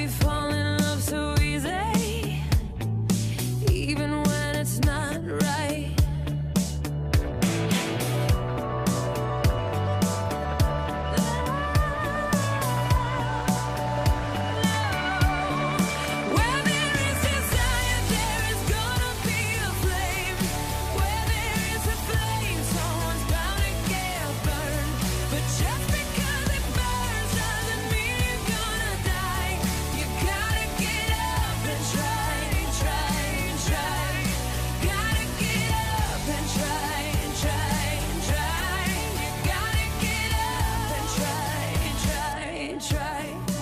we fall in love so easy, even when it's not right. Where there is desire, there is gonna be a flame. Where there is a flame, someone's bound to get burned. But just because it burns doesn't mean you're gonna die. You gotta get up and try, try, try. Gotta get up and try, try, try. You gotta get up and try, try, try.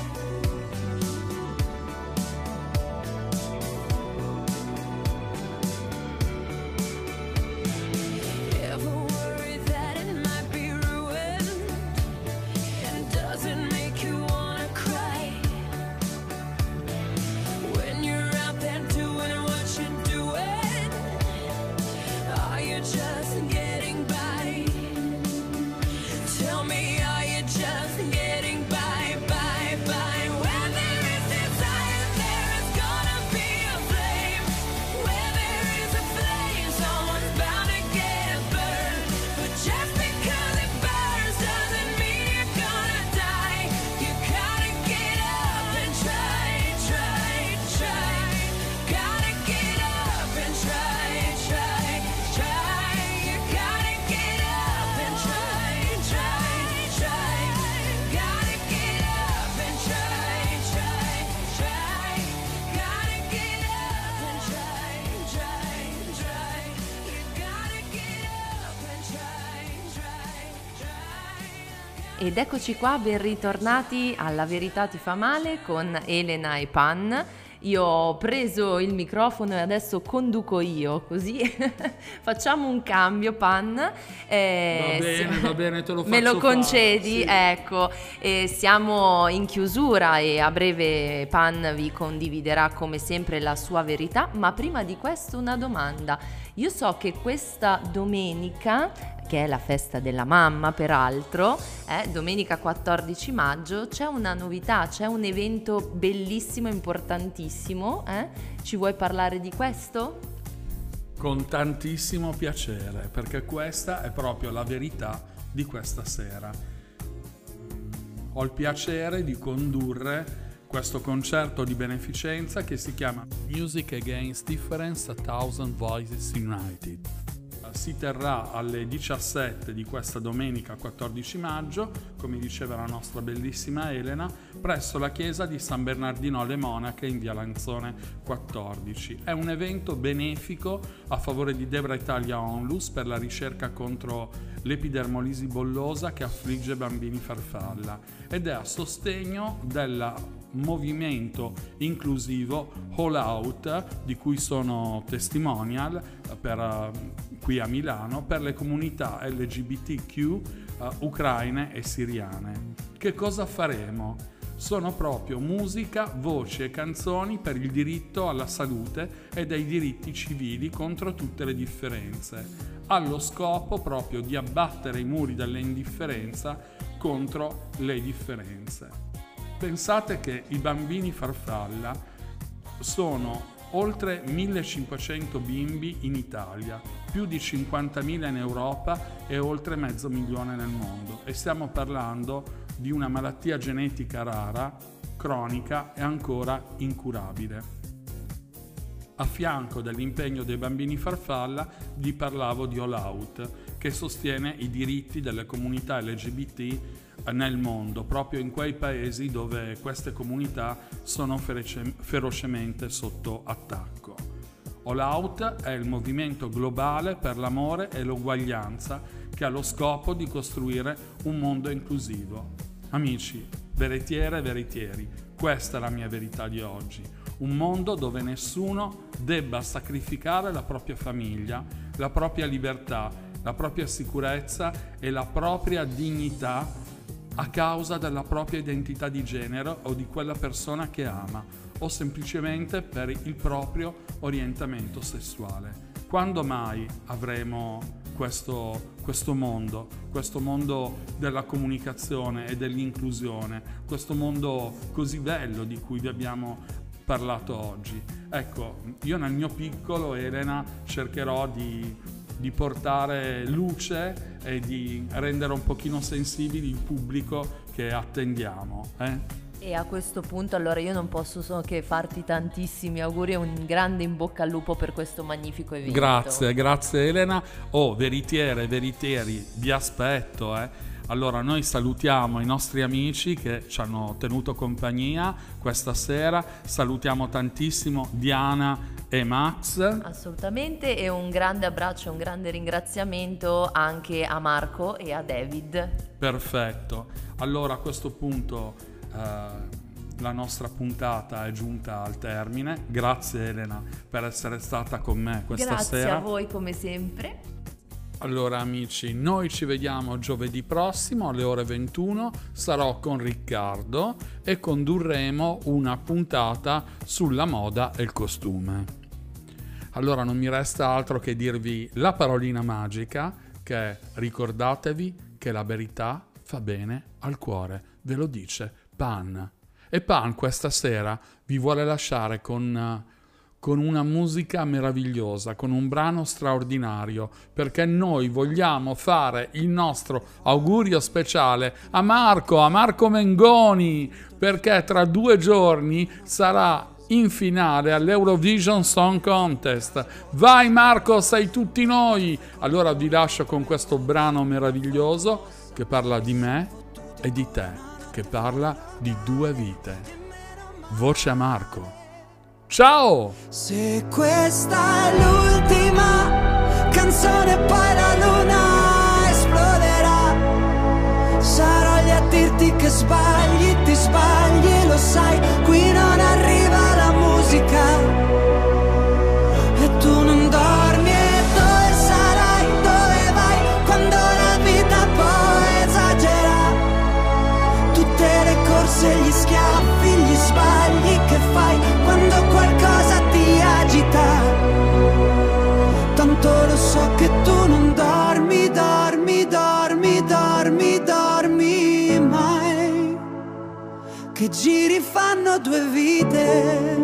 Ever worry that it might be ruined? And does it make you wanna cry? When you're out there doing what you're doing, are you just getting by? Tell me, are you just getting by, by, by? Where there is desire, there is gonna be a flame. Where there is a flame, someone's bound to get burned. But just because it burns doesn't mean you're gonna die. You gotta get up and try, try, try. Gotta get up and try, try, try. You gotta get up and try, try, try. Gotta get up and try, try, try. Gotta get up and try, try, try. You gotta get up and try, try, try. Ed eccoci qua, ben ritornati alla Verità ti fa male con Elena e Pan. Io ho preso il microfono e adesso conduco io, così facciamo un cambio, Pan. Eh, Va bene, si- va bene, te lo Me lo faccio fare, concedi? sì. Ecco, eh, siamo in chiusura e a breve Pan vi condividerà come sempre la sua verità, ma prima di questo una domanda. Io so che questa domenica, che è la festa della mamma peraltro, eh, domenica quattordici maggio, c'è una novità, c'è un evento bellissimo, importantissimo. eh? Ci vuoi parlare di questo? Con tantissimo piacere, perché questa è proprio la verità di questa sera. Ho il piacere di condurre questo concerto di beneficenza che si chiama Music Against Difference, A Thousand Voices United. Si terrà alle diciassette di questa domenica quattordici maggio, come diceva la nostra bellissima Elena, presso la chiesa di San Bernardino alle Monache in via Lanzone quattordici. È un evento benefico a favore di Debra Italia Onlus per la ricerca contro l'epidermolisi bollosa che affligge bambini farfalla ed è a sostegno del movimento inclusivo All Out, di cui sono testimonial per, uh, qui a Milano, per le comunità L G B T Q uh, ucraine e siriane. Che cosa faremo? Sono proprio musica, voci e canzoni per il diritto alla salute e dei diritti civili contro tutte le differenze, allo scopo proprio di abbattere i muri dell'indifferenza contro le differenze. Pensate che i bambini farfalla sono oltre millecinquecento bimbi in Italia, più di cinquantamila in Europa e oltre mezzo milione nel mondo, e stiamo parlando di una malattia genetica rara, cronica e ancora incurabile. A fianco dell'impegno dei bambini farfalla vi parlavo di All Out, che sostiene i diritti delle comunità L G B T nel mondo, proprio in quei paesi dove queste comunità sono feroce- ferocemente sotto attacco. All Out è il movimento globale per l'amore e l'uguaglianza che ha lo scopo di costruire un mondo inclusivo. Amici, veritiere e veritieri, questa è la mia verità di oggi. Un mondo dove nessuno debba sacrificare la propria famiglia, la propria libertà, la propria sicurezza e la propria dignità a causa della propria identità di genere o di quella persona che ama, o semplicemente per il proprio orientamento sessuale. Quando mai avremo questo, questo mondo, questo mondo della comunicazione e dell'inclusione, questo mondo così bello di cui vi abbiamo parlato oggi. Ecco, io nel mio piccolo, Elena, cercherò di, di portare luce e di rendere un pochino sensibili il pubblico che attendiamo. Eh? E a questo punto allora io non posso solo che farti tantissimi auguri e un grande in bocca al lupo per questo magnifico evento. Grazie, grazie Elena. Oh, veritiere, veritieri, vi aspetto. Eh. Allora noi salutiamo i nostri amici che ci hanno tenuto compagnia questa sera, salutiamo tantissimo Diana e Max. Assolutamente, e un grande abbraccio, un grande ringraziamento anche a Marco e a David. Perfetto, allora a questo punto Uh, la nostra puntata è giunta al termine. Grazie Elena per essere stata con me questa Grazie sera. Grazie a voi come sempre. Allora amici, noi ci vediamo giovedì prossimo alle ore ventuno, sarò con Riccardo e condurremo una puntata sulla moda e il costume. Allora non mi resta altro che dirvi la parolina magica, che è: ricordatevi che la verità fa bene al cuore. Ve lo dice Pan. E Pan questa sera vi vuole lasciare con, con una musica meravigliosa, con un brano straordinario, perché noi vogliamo fare il nostro augurio speciale a Marco, a Marco Mengoni, perché tra due giorni sarà in finale all'Eurovision Song Contest. Vai Marco, sei tutti noi! Allora vi lascio con questo brano meraviglioso che parla di me e di te, che parla di due vite. Voce a Marco. Ciao! Se questa è l'ultima canzone poi la luna esploderà, sarò lì a dirti che sbagli, ti sbagli, lo sai, qui non arriva la musica e tu non dormi. E dove sarai, dove vai, quando la vita poi esagera, tutte le corse, gli schiaffi, gli sbagli che fai quando qualcosa ti agita. Tanto lo so che tu non dormi, dormi, dormi, dormi, dormi mai, che giri fanno due vite.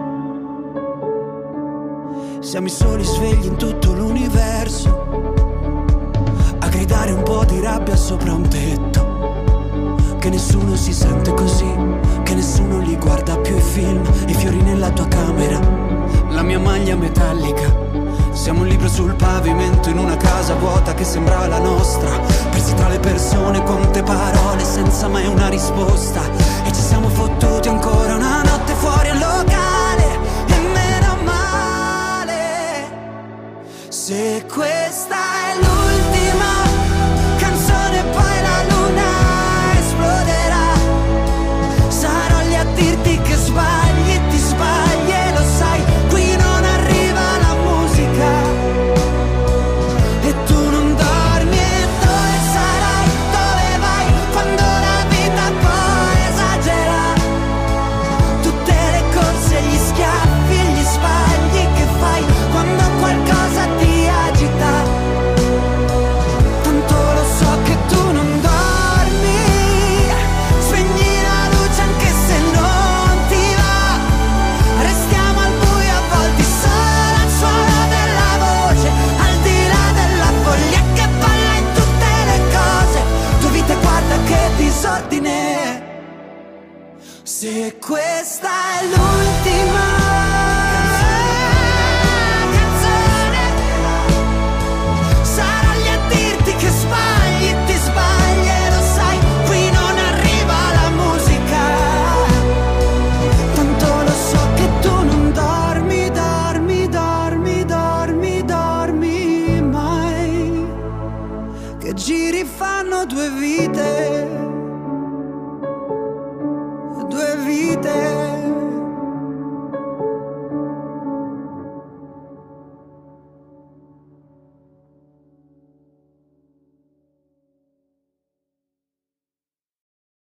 Siamo i soli svegli in tutto l'universo, a gridare un po' di rabbia sopra un tetto, che nessuno si sente così, che nessuno li guarda più i film, i fiori nella tua camera, la mia maglia metallica. Siamo un libro sul pavimento in una casa vuota che sembra la nostra, persi tra le persone, quante parole senza mai una risposta, e ci siamo fottuti ancora una notte fuori al locale, e meno male. Se questa è l'ultima canzone poi la luna esploderà, sarò lì a dirti che sbagli, ti sbagli e lo sai, qui non arriva la musica e tu non dormi. E dove sarai, dove vai, quando la vita poi esagera, tutte le corse, gli schiaffi e gli sbagli che fai quando qualcosa ti agita. Tanto lo so che tu non dormi, spegni la luce anche se non ti va, restiamo al buio avvolti solo al suono della voce, al di là della follia che balla in tutte le cose. Tua vita guarda che disordine, se questa è l'ultima canzone, sarò lì a dirti che sbagli, ti sbagli e lo sai, qui non arriva la musica. Tanto lo so che tu non dormi, dormi, dormi, dormi, dormi mai, che giri fanno due vite.